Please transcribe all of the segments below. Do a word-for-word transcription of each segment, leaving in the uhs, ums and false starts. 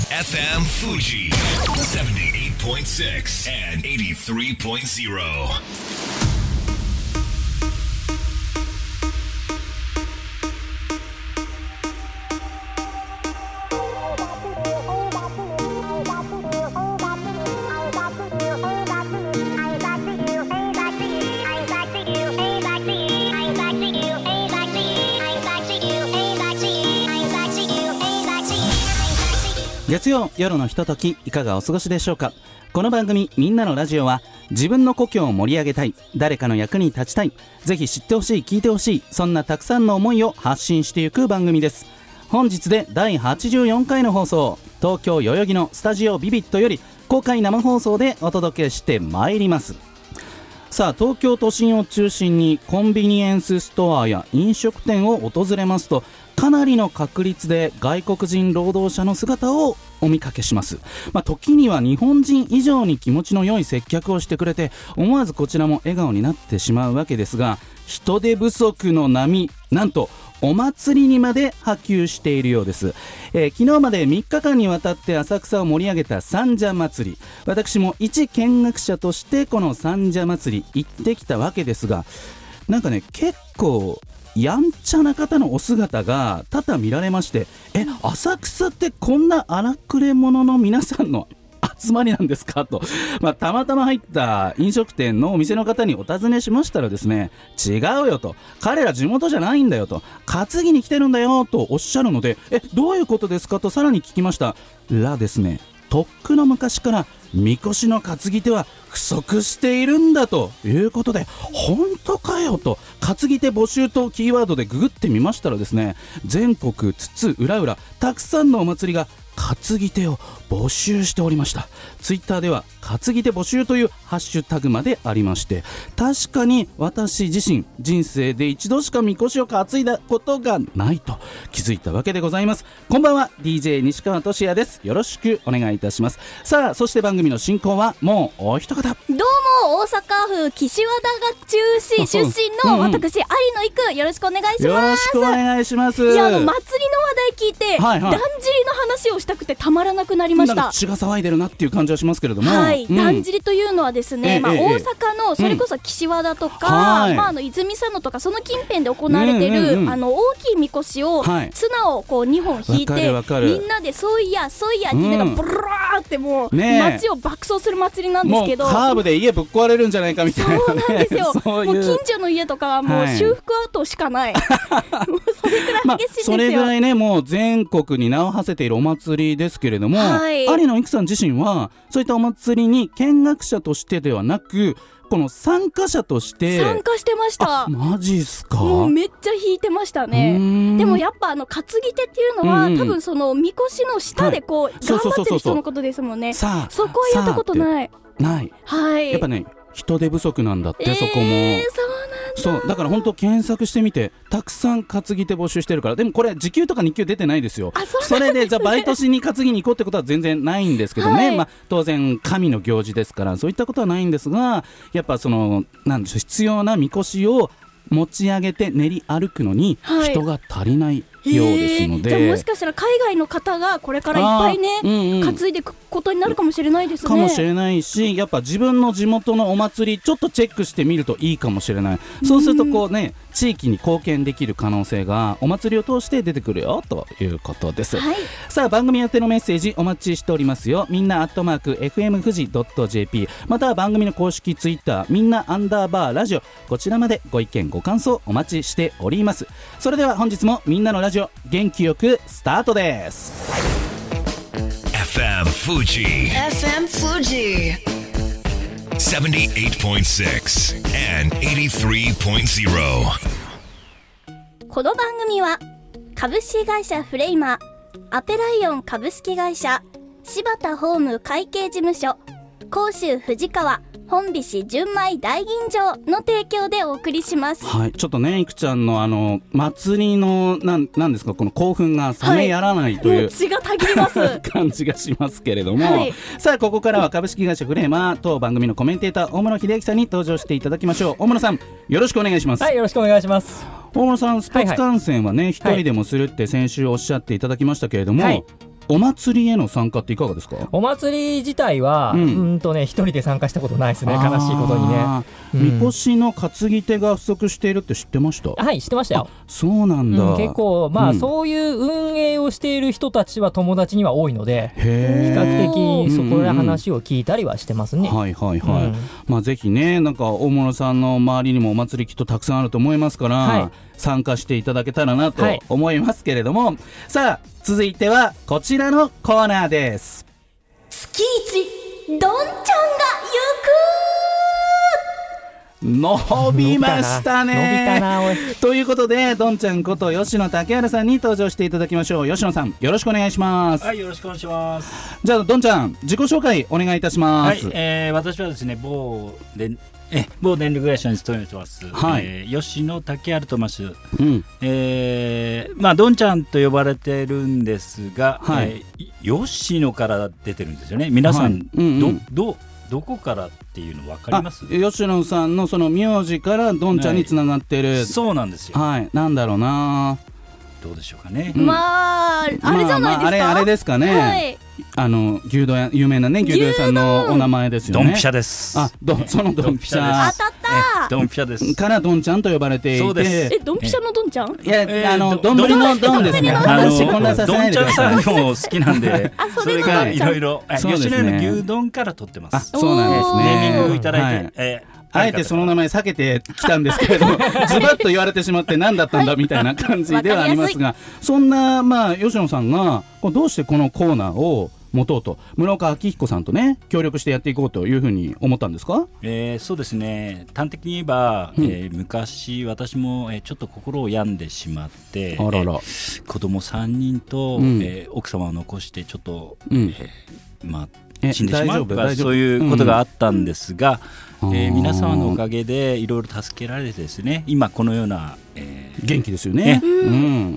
エフエム Fuji seventy-eight point six and eighty-three point zero。 月曜夜のひとときいかがお過ごしでしょうか。この番組みんなのラジオは自分の故郷を盛り上げたい、誰かの役に立ちたい、ぜひ知ってほしい、聞いてほしい、そんなたくさんの思いを発信していく番組です。本日でだいはちじゅうよんかいの放送、東京代々木のスタジオビビットより公開生放送でお届けしてまいります。さあ、東京都心を中心にコンビニエンスストアや飲食店を訪れますと、かなりの確率で外国人労働者の姿をお見かけします。まあ、時には日本人以上に気持ちの良い接客をしてくれて、思わずこちらも笑顔になってしまうわけですが、人手不足の波、なんとお祭りにまで波及しているようです。えー、昨日までみっかかんにわたって浅草を盛り上げた三社祭り、私も一見学者としてこの三社祭り行ってきたわけですが、なんかね、結構やんちゃな方のお姿が多々見られまして、え、浅草ってこんな荒くれ者の皆さんの集まりなんですかと、まあ、たまたま入った飲食店のお店の方にお尋ねしましたらですね、違うよと、彼ら地元じゃないんだよと、担ぎに来てるんだよとおっしゃるので、え、どういうことですかとさらに聞きましたらですね、とっくの昔からみこしの担ぎ手は不足しているんだということで、本当かよと、担ぎ手募集とキーワードでググってみましたらですね、全国津々浦々たくさんのお祭りが担ぎ手を募集しておりました。ツイッターでは担ぎ手募集というハッシュタグまでありまして、確かに私自身人生で一度しかみこしを担いだことがないと気づいたわけでございます。こんばんは、 ディージェー 西川俊也です。よろしくお願いいたします。さあ、そして番組の進行はもうお一方、 どうも大阪府岸和田が中市出身の私、うんうん、有野育、よろしくお願いします。 よろしくお願いします。 いや、あの祭りの話題聞いて、はいはい、だんじりの話をしたくてたまらなくなりました。 なんか血が騒いでるなっていう感じはしますけれども、 はい、うん、だんじりというのはですね、まあ、 ええ、 大阪のそれこそ岸和田とか、うん、まあ、あの泉佐野とかその近辺で行われている、うんうんうん、あの大きいみこしを、はい、綱をこうにほん引いてみんなでそいやそいやっていうのがブラーってもう、ね、街を爆走する祭りなんですけど、 もうカーブで家ぶっ壊れるんじゃないかみたいな、ね、 そうなんですよそういう、もう近所の家とかはもう修復アートしかない、はい、もうそれくらい激しいんですよ、まあ、それぐらいね、もう全国に名を馳せているお祭りですけれども、はい、有野育さん自身はそういったお祭りに見学者としてではなく、この参加者として参加してました。 マジっすか。 もうめっちゃ引いてましたね。でもやっぱあの担ぎ手っていうのは、うんうん、多分そのみこしの下でこう、はい、頑張ってる人のことですもんね。 さあ、 そこはやったことないない、はい、やっぱね、人手不足なんだって、えー、そこもそうなんだ。そうだから本当検索してみて、たくさん担ぎ手募集してるから。でもこれ時給とか日給出てないですよ。あ、 そ, それでじゃあバイトしに担ぎに行こうってことは全然ないんですけどね、はい、まあ、当然神の行事ですからそういったことはないんですが、やっぱそのなんでしょう、必要なみこしを持ち上げて練り歩くのに人が足りない、はい、ようですので、 じゃあもしかしたら海外の方がこれからいっぱいね、うんうん、担いでいくことになるかもしれないですね。 かもしれないし、やっぱ自分の地元のお祭りちょっとチェックしてみるといいかもしれない。そうするとこうね、地域に貢献できる可能性がお祭りを通して出てくるよということです、はい、さあ、番組宛てのメッセージお待ちしておりますよ。みんなアットマーク エフエム 富士 ドット ジェーピー、 または番組の公式ツイッターみんなアンダーバーラジオ、こちらまでご意見ご感想お待ちしております。それでは本日もみんなのラジオ元気よくスタートです。 エフエム Fujiエフエム Fuji seventy-eight point six and eighty-three point zero。 この番組は株式会社フレイマー、アペライオン株式会社、柴田ホーム会計事務所、甲州藤川本菱純米大吟醸の提供でお送りします。 はい、ちょっとね、いくちゃんのあの祭りのなんなんですか、この興奮が冷めやらないという、はい、もう血がたぎります感じがしますけれども、はい、さあここからは株式会社フレーマー当番組のコメンテーター大室秀樹さんに登場していただきましょう。大室さん、よろしくお願いします。 はい、よろしくお願いします。 大室さん、スポーツ観戦はね、一、はいはい、人でもするって先週おっしゃっていただきましたけれども、はい、 お祭りへの参加っていかがですか？ お祭り自体は、うん、うんとね一人で参加したことないですね。悲しいことにね、 うん、みこしの担ぎ手が不足しているって知ってました？ はい知ってましたよ。 そうなんだ、 うん、結構まあ、うん、そういう運営をしている人たちは友達には多いので、比較的そこで話を聞いたりはしてますね。 うんうん、はいはいはい、うん、まあぜひねなんか大室さんの周りにもお祭りきっとたくさんあると思いますから、はい、参加していただけたらなと思いますけれども、はい、さあ続いてはこちらのコーナーです。 月一どんちゃんが行く伸びましたね。 伸びたなおいということでどんちゃんこと吉野竹原さんに登場していただきましょう。吉野さんよろしくお願いします。 はいよろしくお願いします。 じゃあどんちゃん自己紹介お願いいたします。 はい、えー、私はですね某でえ某電力会社に勤めてます、はいえー、吉野竹原と申します、うんえーまあ、どんちゃんと呼ばれてるんですが、はいえー、吉野から出てるんですよね皆さん、はいうんうん、ど, ど, どこからっていうの分かります？ 吉野さんのその名字からどんちゃんにつながってる、はい、 そうなんですよ、 はい、なんだろうなどうでしょうかね、 うん、まああれじゃないですか、まあまあ、 あれあれですかね、はいあの牛丼屋有名なね牛丼屋さんのお名前ですよね。 ドンピシャです。 あどそのドンピシャ当たったドンピシャですからドンちゃんと呼ばれていてそうです。 えドンピシャのドンちゃんいや、えー、あの丼のドンですね。話混乱させないでください。 ドンちゃんさんも好きなんでそれがいろいろ吉野家の牛丼から取ってます。 あそうなんですね。 ネーミングをいただいて、はいえーあえてその名前避けてきたんですけれどもズバッと言われてしまって何だったんだみたいな感じではありますがそんな、まあ、吉野さんがどうしてこのコーナーを持とうと室岡明彦さんとね協力してやっていこうというふうに思ったんですか？ えー、そうですね端的に言えば、うんえー、昔私も、えー、ちょっと心を病んでしまってあらら、えー、子供さんにんと、うんえー、奥様を残してちょっと、うんえー、まあ死んでしまうとかそういうことがあったんですが、うんえー、皆様のおかげでいろいろ助けられてですね今このような、えー、元気ですよね、 ねうん、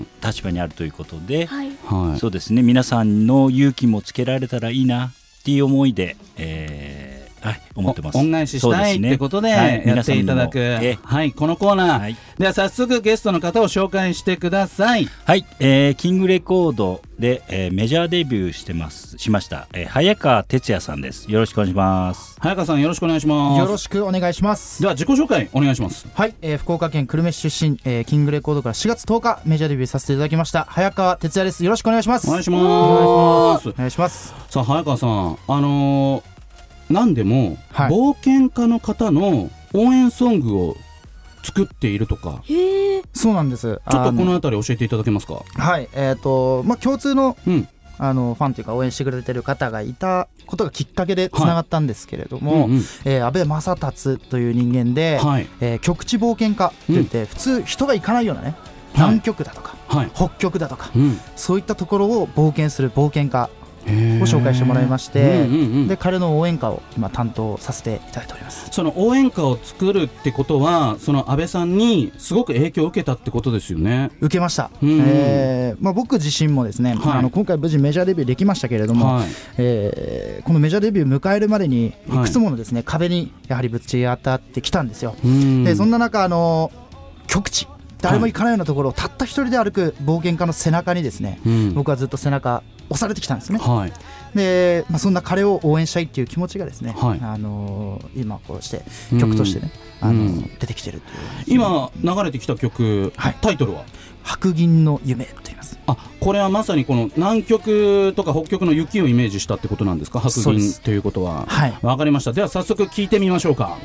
立場にあるということで、はいそうですね皆さんの勇気もつけられたらいいなっていう思いで、えーはい、思ってます。 恩返ししたいってことでやっていただく、はいはい、このコーナー、はい、では早速ゲストの方を紹介してください。 はい、えー、キングレコードで、えー、メジャーデビューしてますしました、えー、早川哲也さんです。よろしくお願いします。 早川さんよろしくお願いします。 よろしくお願いします。 では自己紹介お願いします。 はい、えー、福岡県久留米市出身、えー、キングレコードからしがつとおかメジャーデビューさせていただきました早川哲也です。よろしくお願いします。 お願いします。 お願いします。 さあ早川さんあのー何でも、はい、冒険家の方の応援ソングを作っているとか。 へーそうなんです。 ちょっとこのあたり教えていただけますか？ はいえーとまあ、共通の、うん、あのファンというか応援してくれてる方がいたことがきっかけでつながったんですけれども、はいうんうんえー、安倍正達という人間で、はいえー、極地冒険家といって、うん、普通人が行かないようなね南極だとか、はい、北極だとか、うん、そういったところを冒険する冒険家を紹介してもらいまして、うんうんうん、で彼の応援歌を今担当させていただいております。 その応援歌を作るってことはその安倍さんにすごく影響を受けたってことですよね。 受けました、うんうんえーまあ、僕自身もですね、はい、あの今回無事メジャーデビューできましたけれども、はいえー、このメジャーデビュー迎えるまでにいくつものですね、はい、壁にやはりぶち当たってきたんですよ。でそんな中あの極地誰も行かないようなところをたった一人で歩く冒険家の背中にですね、うん、僕はずっと背中押されてきたんですね、はいでまあ、そんな彼を応援したいっていう気持ちがですね、はいあのー、今こうして曲としてね、うんあのーうん、出てきてるっていう、ね、 今流れてきた曲、はい、タイトルは白銀の夢と言います。 あこれはまさにこの南極とか北極の雪をイメージしたってことなんですか？白銀ということは。はい、わかりました。では早速聞いてみましょうか。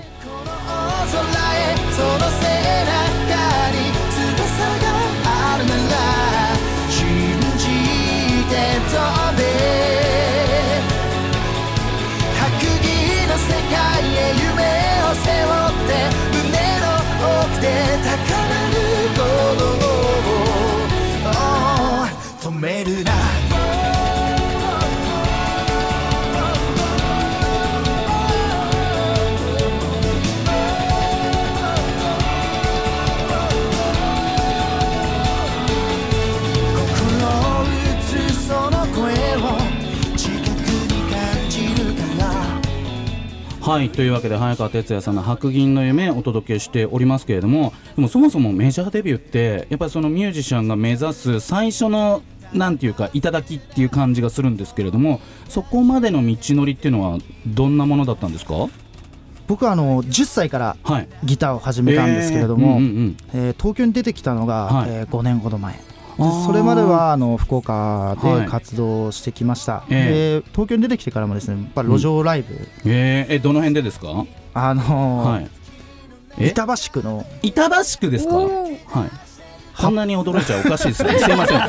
はいというわけで早川哲也さんの白銀の夢をお届けしておりますけれども、でもそもそもメジャーデビューってやっぱりそのミュージシャンが目指す最初のなんていうか頂きっていう感じがするんですけれども、そこまでの道のりっていうのはどんなものだったんですか？ 僕はあのじゅっさいからギターを始めたんですけれども、東京に出てきたのが、はいえー、ごねんほど前。それまではあの福岡で活動してきました、はいえー、東京に出てきてからもですねやっぱ路上ライブ、うんえー、えどの辺でですか？ あのーはい、板橋区の板橋区ですか？はいこんなに驚いちゃおかしいですよねすいません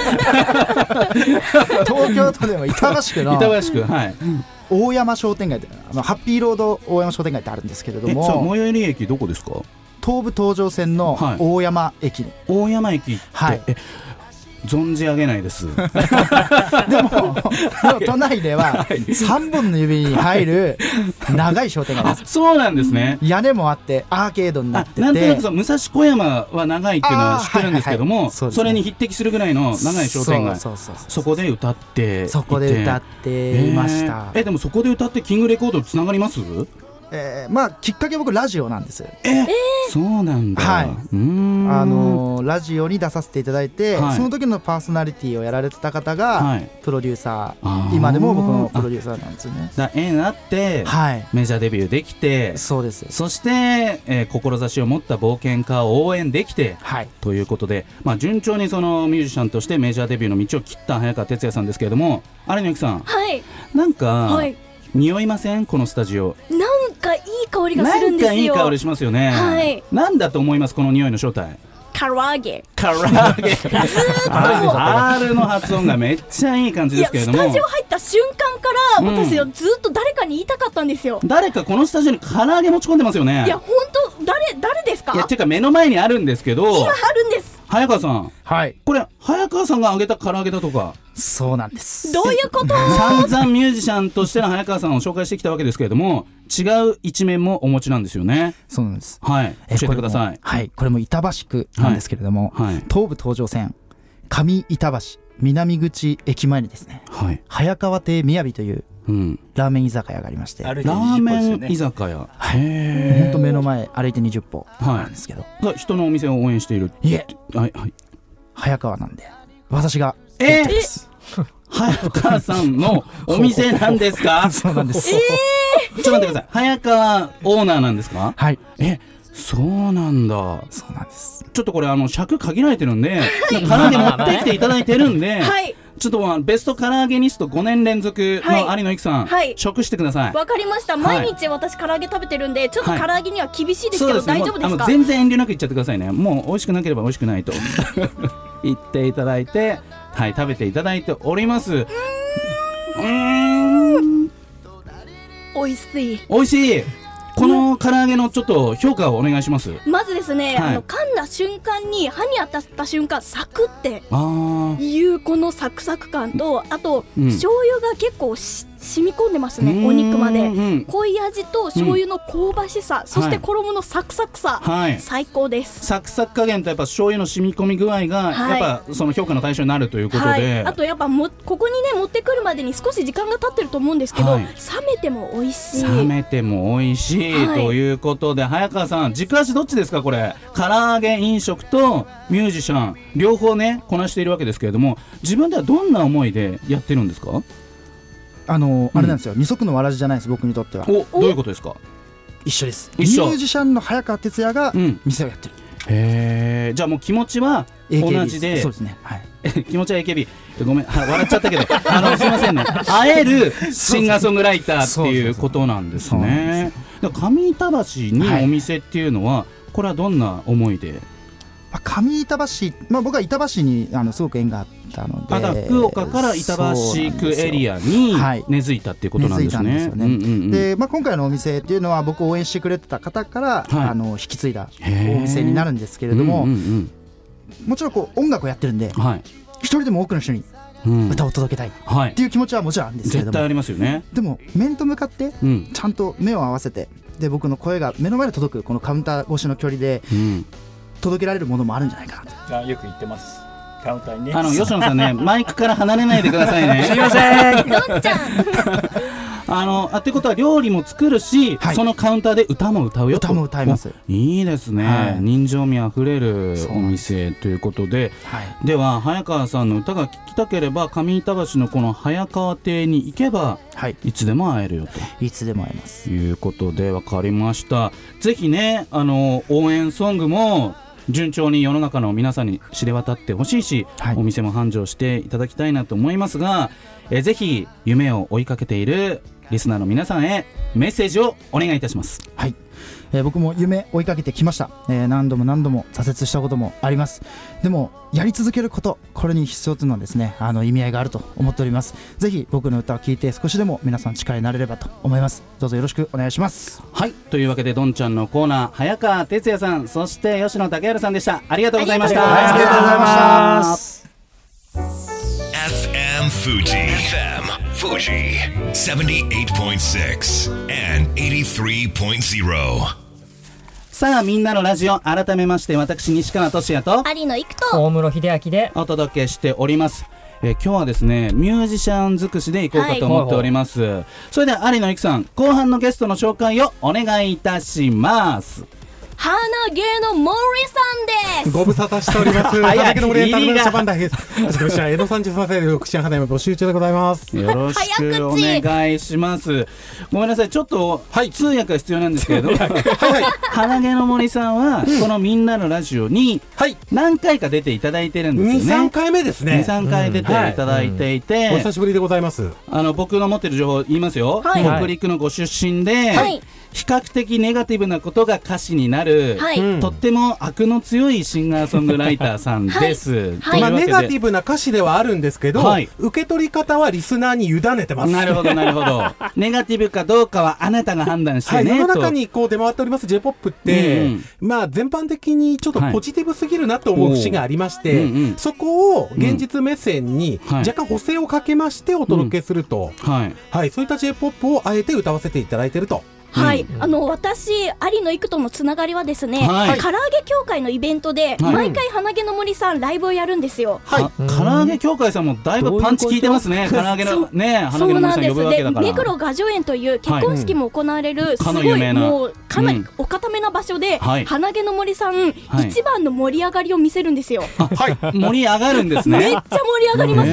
東京都でも板橋区の板橋区、はい、 大山商店街ってあのハッピーロード大山商店街ってあるんですけれども、 最寄り駅どこですか？ 東武東上線の大山駅、はい、 大山駅って、はい、え存じ上げないですでも都内ではさんぼんの指に入る長い商店街です。 そうなんですね。 屋根もあってアーケードになってて、 なんとなくその武蔵小山は長いっていうのは知ってるんですけども、はいはいはい そ, それに匹敵するぐらいの長い商店街、そ, そ, そ, そこで歌ってそこで歌っていました。 えー、えでもそこで歌ってキングレコードつながります？ えー、まあきっかけ僕ラジオなんです。 えー、そうなんだ。はい、うーんあのー、ラジオに出させていただいて、はい、その時のパーソナリティをやられてた方が、はい、プロデューサー、今でも僕のプロデューサーなんですよね。 だ縁あって、はい、メジャーデビューできて、 そうです。 そして、えー、志を持った冒険家を応援できて、はい、ということで、まあ、順調にそのミュージシャンとしてメジャーデビューの道を切った早川哲也さんですけれども、有野由紀さん、 はい、 なんか、はい匂いません？このスタジオなんかいい香りがするんですよ。 なんかいい香りしますよね、はい、なんだと思いますこの匂いの正体？ 唐揚げ唐揚げR の発音がめっちゃいい感じですけれども、 いやスタジオ入った瞬間から私はずっと誰かに言いたかったんですよ、 うん、誰かこのスタジオに唐揚げ持ち込んでますよね。 いや本当誰誰ですか？ いやてか目の前にあるんですけど、 今あるんです。 早川さん、 はい、 これ早川さんが揚げた唐揚げだとか？ そうなんです。 どういうこと？ 散々ミュージシャンとしての早川さんを紹介してきたわけですけれども、違う一面もお持ちなんですよね。 そうなんです。 はい、教えてください。 はい、これも板橋区なんですけれども、はいはい、東武東上線上板橋南口駅前にですね、はい、早川亭みやびといううん、ラーメン居酒屋がありまして、 ラーメン居酒屋、 はい、ほんと目の前歩いてにじゅっぽなんですけど、 はい、人のお店を応援している。 いえ、はいはい、早川なんで私がやってます。 えー、早川さんのお店なんですか？ そうなんです。 えー、ちょっと待ってください。早川オーナーなんですか？ はい。 えそうなんだ。 そうなんです。 ちょっとこれあの尺限られてるんで、唐揚げ持ってきていただいてるんで、はい、ちょっとベスト唐揚げニストごねん連続の有野由紀さん、はい、食してください。 わかりました。毎日私唐揚げ食べてるんで、ちょっと唐揚げには厳しいですけど、はい、大丈夫ですか？ 全然遠慮なく言っちゃってくださいね。もう美味しくなければ美味しくないと言っていただいて、はい、食べていただいております。うーん、 美味しい。 美味しい。この唐揚げのちょっと評価をお願いします。 まずですね、はい、あの噛んだ瞬間に歯に当たった瞬間サクっていうこのサクサク感と、あと、うん、醤油が結構し染み込んでますね、お肉まで。濃い味と醤油の香ばしさ、うん、そして衣のサクサクさ、はい、最高です。 サクサク加減とやっぱ醤油の染み込み具合が、はい、やっぱその評価の対象になるということで、はい、 あとやっぱもここにね持ってくるまでに少し時間が経ってると思うんですけど、はい、冷めても美味しい。 冷めても美味しい、はい、ということで、早川さん軸足どっちですか？これ唐揚げ飲食とミュージシャン両方ねこなしているわけですけれども、自分ではどんな思いでやってるんですか？ あのー、あれなんですよ、二足のわらじじゃないです、僕にとっては。 お、どういうことですか？ 一緒です。ミュージシャンの早川哲也が店をやってる、 うん、へー、じゃあもう気持ちは同じで。 そうですね、はい、 気持ちは エーケービー、ごめん笑っちゃったけどあのすいませんね、会えるシンガーソングライターっていうことなんですね。上板橋にお店っていうのは、はい、これはどんな思いで？ 上板橋、まあ、僕は板橋にあのすごく縁があったので、 あだ福岡から板橋区エリアに根付いたっていうことなんですね。 で、まあ、今回のお店っていうのは僕を応援してくれてた方から、はい、あの引き継いだお店になるんですけれども、うんうんうん、もちろんこう音楽をやってるんで、はい、一人でも多くの人に歌を届けたいっていう気持ちはもちろんあるんですけれども、 絶対ありますよね。 でも面と向かってちゃんと目を合わせて、で僕の声が目の前で届くこのカウンター越しの距離で、うん、届けられるものもあるんじゃないかなと。 よく言ってます。 カウンターにね。 あの吉野さんねマイクから離れないでくださいね。 すいません。 どんちゃん。 あのあってことは料理も作るし、はい、そのカウンターで歌も歌うよと。 歌も歌います。 いいですね、はい、人情味あふれるお店ということで、はい、では早川さんの歌が聴きたければ上板橋のこの早川亭に行けば、はい、いつでも会えるよといつでも会えますいうことで分かりました。ぜひねあの応援ソングも順調に世の中の皆さんに知れ渡ってほしいし、はい、お店も繁盛していただきたいなと思いますが、えぜひ夢を追いかけているリスナーの皆さんへメッセージをお願いいたします。 はい、えー、僕も夢追いかけてきました、えー、何度も何度も挫折したこともあります。でもやり続けること、これに必要というのはですねあの意味合いがあると思っております。ぜひ僕の歌を聴いて少しでも皆さん力になれればと思います。どうぞよろしくお願いします。 はい、というわけでどんちゃんのコーナー早川哲也さんそして吉野武治さんでした。ありがとうございました。 ありがとうございました。 エフエム Fujiエフエム Fuji セブンティーエイトポイントシックス and エイティースリーポイントゼロ。 さあみんなのラジオ改めまして私西川俊也と有野育と大室秀明でお届けしております。えー、今日はですねミュージシャン尽くしでいこうかと思っております。はい、それでは有野育さん後半のゲストの紹介をお願いいたします。 花毛の森さんです。 ご無沙汰しております。花毛の森エンターテインメントバンダです。江戸さんじゅうさんさいで口花嫁募集中でございます。 よろしくお願いします。ごめんなさいちょっと通訳が必要なんですけれども、はいはい、花毛の森さんはこのみんなのラジオに何回か出ていただいてるんですよね。 にさんかいめですね。 にさんかい出ていただいていて、うんはい、 お久しぶりでございます。 あの僕の持ってる情報言いますよ。はい、北陸のご出身で、はい、比較的ネガティブなことが歌詞になる、はい、とっても悪の強いシンガーソングライターさんです。はいはい、 まあ、ネガティブな歌詞ではあるんですけど、はい、受け取り方はリスナーに委ねてます。 なるほどなるほどネガティブかどうかはあなたが判断してね、 はい、世の中にこう出回っております J-ポップ って、うんうん、まあ、全般的にちょっとポジティブすぎるなと思う節がありまして、はい、うんうん、そこを現実目線に若干補正をかけましてお届けすると、うん、はいはい、そういった J-ポップ をあえて歌わせていただいていると。 はい、うん、あの私有野育とのつながりはですね、はい、唐揚げ協会のイベントで、はい、毎回花毛の森さんライブをやるんですよ。 はい、唐揚げ協会さんもだいぶパンチ効いてますね。唐揚げのね花毛の森さん呼ぶわけだから。 目黒雅叙園という結婚式も行われる、はい、すごいもうかなりお固めな場所で、うん、花毛の森さん、はい、一番の盛り上がりを見せるんですよ。 はい、盛り上がるんですね。 めっちゃ盛り上がります。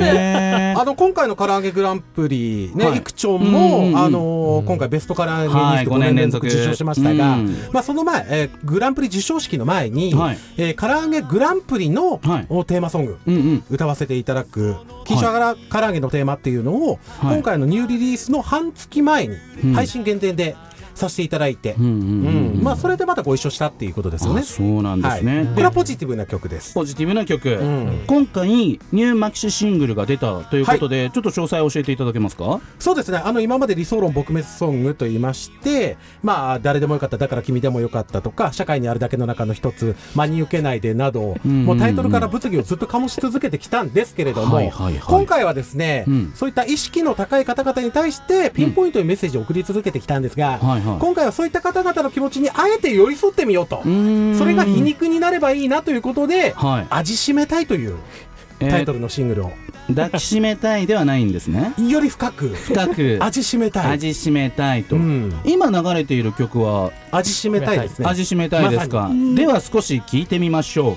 あの今回の唐揚げグランプリね、はい、いくちょんも、うん、あのー、今回ベスト唐揚げにしてごねん連続受賞しましたが、うん、まあ、その前、えー、グランプリ授賞式の前に、はい、えー、唐揚げグランプリの、はい、テーマソング、うんうん、歌わせていただく金賞唐揚げのテーマっていうのを、はい、今回のニューリリースの半月前に配信限定でさせていただいて、まあそれでまたご一緒したっていうことですよね。 そうなんですね、はい、 これはポジティブな曲です。 ポジティブな曲、うん、今回ニューマキシシングルが出たということで、はい、ちょっと詳細を教えていただけますか。 そうですね、あの今まで理想論撲滅ソングと言いまして、まあ誰でもよかっただから君でもよかったとか社会にあるだけの中の一つ真に受けないでなど、うんうんうん、もうタイトルから物議をずっと醸し続けてきたんですけれども、はいはいはい、今回はですね、うん、そういった意識の高い方々に対してピンポイントにメッセージを送り続けてきたんですが、うん、はいはい、今回はそういった方々の気持ちにあえて寄り添ってみようと、それが皮肉になればいいなということで、はい、味しめたいというタイトルのシングルを、 えー、抱きしめたいではないんですね。 より深く深く味しめたい味しめたいと、うん、今流れている曲は味しめたいですね。 味しめたいですか、ま、では少し聞いてみましょう。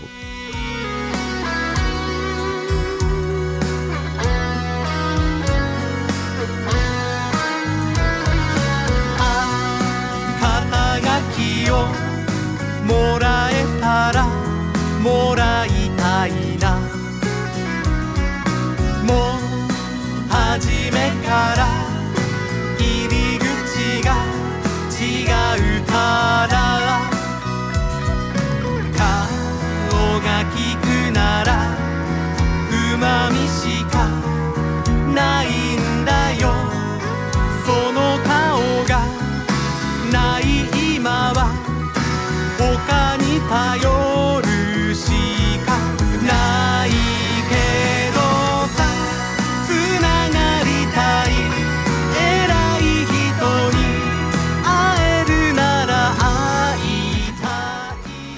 もらえたらもらいたいな、もう初めから入り口が違うから顔が利くならうまみしかないんだよ、その顔がない今は他に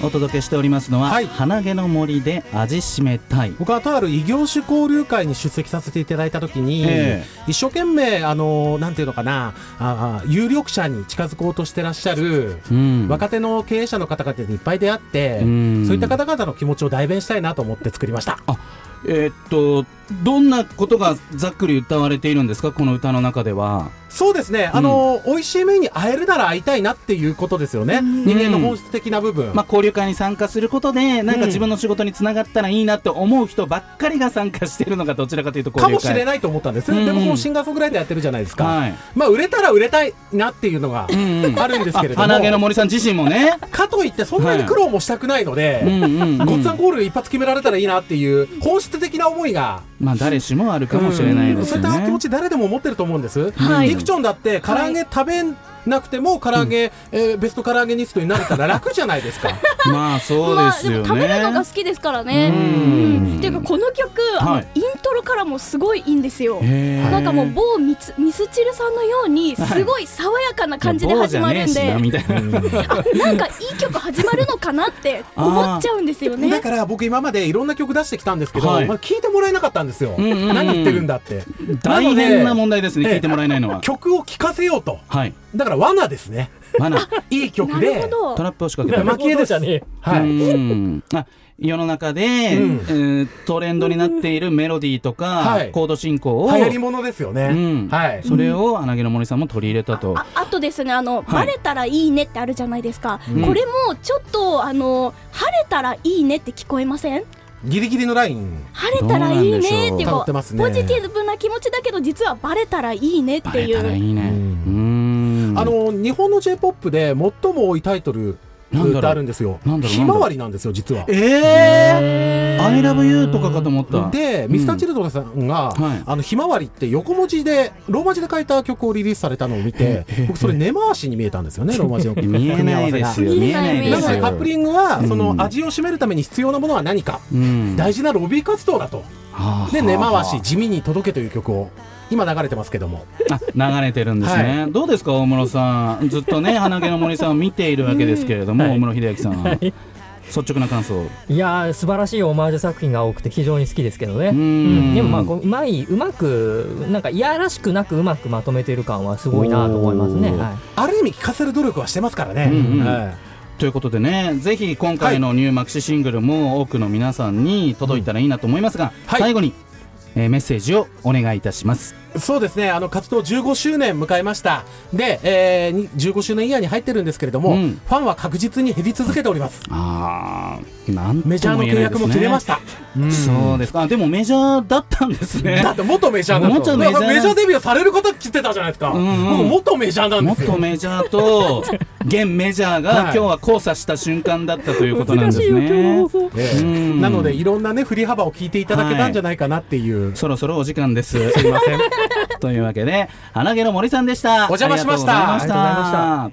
お届けしておりますのは、はい、鼻毛の森で味しめたい。 僕はとある異業種交流会に出席させていただいたときに、えー、一生懸命あのなんていうのかなあ有力者に近づこうとしてらっしゃる、うん、若手の経営者の方々にいっぱい出会って、うん、そういった方々の気持ちを代弁したいなと思って作りました。 あえー、っとどんなことがざっくり歌われているんですか、この歌の中では。 そうですね、あの、うん、美味しい麺に会えるなら会いたいなっていうことですよね、うん、人間の本質的な部分、 まあ、交流会に参加することでなんか自分の仕事につながったらいいなって思う人ばっかりが参加しているのがどちらかというと交流会かもしれないと思ったんです、うん、でもこのシンガーソングライターやってるじゃないですか、はい、まあ、売れたら売れたいなっていうのがあるんですけれども、 鼻毛の森さん自身もねかといってそんなに苦労もしたくないので、ごっつぁんゴール一発決められたらいいなっていう本質的な思いが、 まあ、誰しもあるかもしれないですよね、 うん、そういった気持ち誰でも持ってると思うんです、はい、リクチョンだって唐揚げ食べなくても唐揚げ、うんえー、ベスト唐揚げニストになれたら楽じゃないですかまあそうですよね、まあ、 でも食べるのが好きですからね。うんうんっていうかこの曲、はい、あのイントロからもすごいいいんですよ。なんかもう某ミスミスチルさんのようにすごい爽やかな感じで始まるんで、はい、な, あなんかいい曲始まるのかなって思っちゃうんですよね。 だから僕今までいろんな曲出してきたんですけど、はいまあ、聞いてもらえなかったんですよ、うんうんうん、何言ってるんだって。 大変な問題ですね、聞いてもらえないのは。 曲を聴かせようと、はい、だから罠ですね。罠いい曲でトラップを仕掛けた蒔絵ですね。 はい、うんあ世の中で、うんえー、トレンドになっているメロディーとか、はい、コード進行を流行り物ですよね、うんはい、 それを穴毛の森さんも取り入れたと。 あ, あとですねあの、はい、バレたらいいねってあるじゃないですか、うん、これもちょっとあの晴れたらいいねって聞こえません？ ギリギリのライン晴れたらいいねっていうこう、ね、ポジティブな気持ちだけど実はバレたらいいねっていう。 バレたらいいね、うんあの日本の J-ポップ で最も多いタイトルってあるんですよ。ひまわりなんですよ実は。 えー、I love you とかかと思った。 で、うん、ミスターチルドレンさんが、はい、あのひまわりって横文字でローマ字で書いた曲をリリースされたのを見て、僕それ根回しに見えたんですよね、ローマ字の組み合わせが。 見えないですよ、見えないですよ。 だからカップリングは、うん、その味を占めるために必要なものは何か、うん、大事なロビー活動だと、うん、で根回し地味に届けという曲を今流れてますけども。 あ流れてるんですね、はい、どうですか大室さん、ずっとね鼻毛の森さんを見ているわけですけれども、うん、大室秀明さん、はい、率直な感想。 いや素晴らしいオマージュ作品が多くて非常に好きですけどね。うん、うん、でもまあうまいうまくなんかいやらしくなくうまくまとめている感はすごいなと思いますね、はい、 ある意味聞かせる努力はしてますからね、うんうんはいということでね、ぜひ今回のニューマキシシングルも多くの皆さんに届いたらいいなと思いますが、はい、最後に、えー、メッセージをお願いいたします。 そうですね、あの活動じゅうごしゅうねん迎えました。で、えー、じゅうごしゅうねんイヤーに入ってるんですけれども、うん、ファンは確実に減り続けております。 あなんとも言えないですね。 メジャーの契約も切れました、 うん、そうですか。でもメジャーだったんですね。 だって元メジャーなんですメジャーメジャーデビューされる方来てたじゃないですか、うんうん、僕元メジャーなんですよ。 元メジャーと現メジャーが、はい、今日は交差した瞬間だったということなんですね、 えー、なのでいろんなね振り幅を聞いていただけたんじゃないかなっていう、 はい、そろそろお時間です。 すいませんというわけで鼻毛の森さんでした。 お邪魔しました。 ありがとうございました。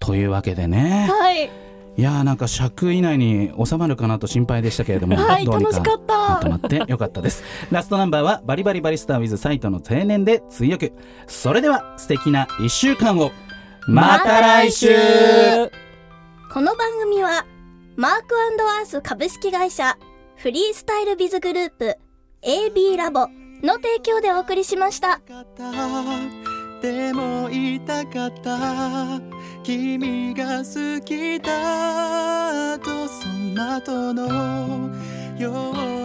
というわけでね、 はい、 いやーなんか尺以内に収まるかなと心配でしたけれども、 はい、 どうにか楽しかった。 まとまってよかったです。ラストナンバーはバリバリバリスター with サイトの青年で追憶。それでは素敵ないっしゅうかんをまた来週。 この番組はマーク&アース株式会社、フリースタイルビズグループ エービー ラボの提供でお送りしました。 でも言いたかった、君が好きだとその後のよう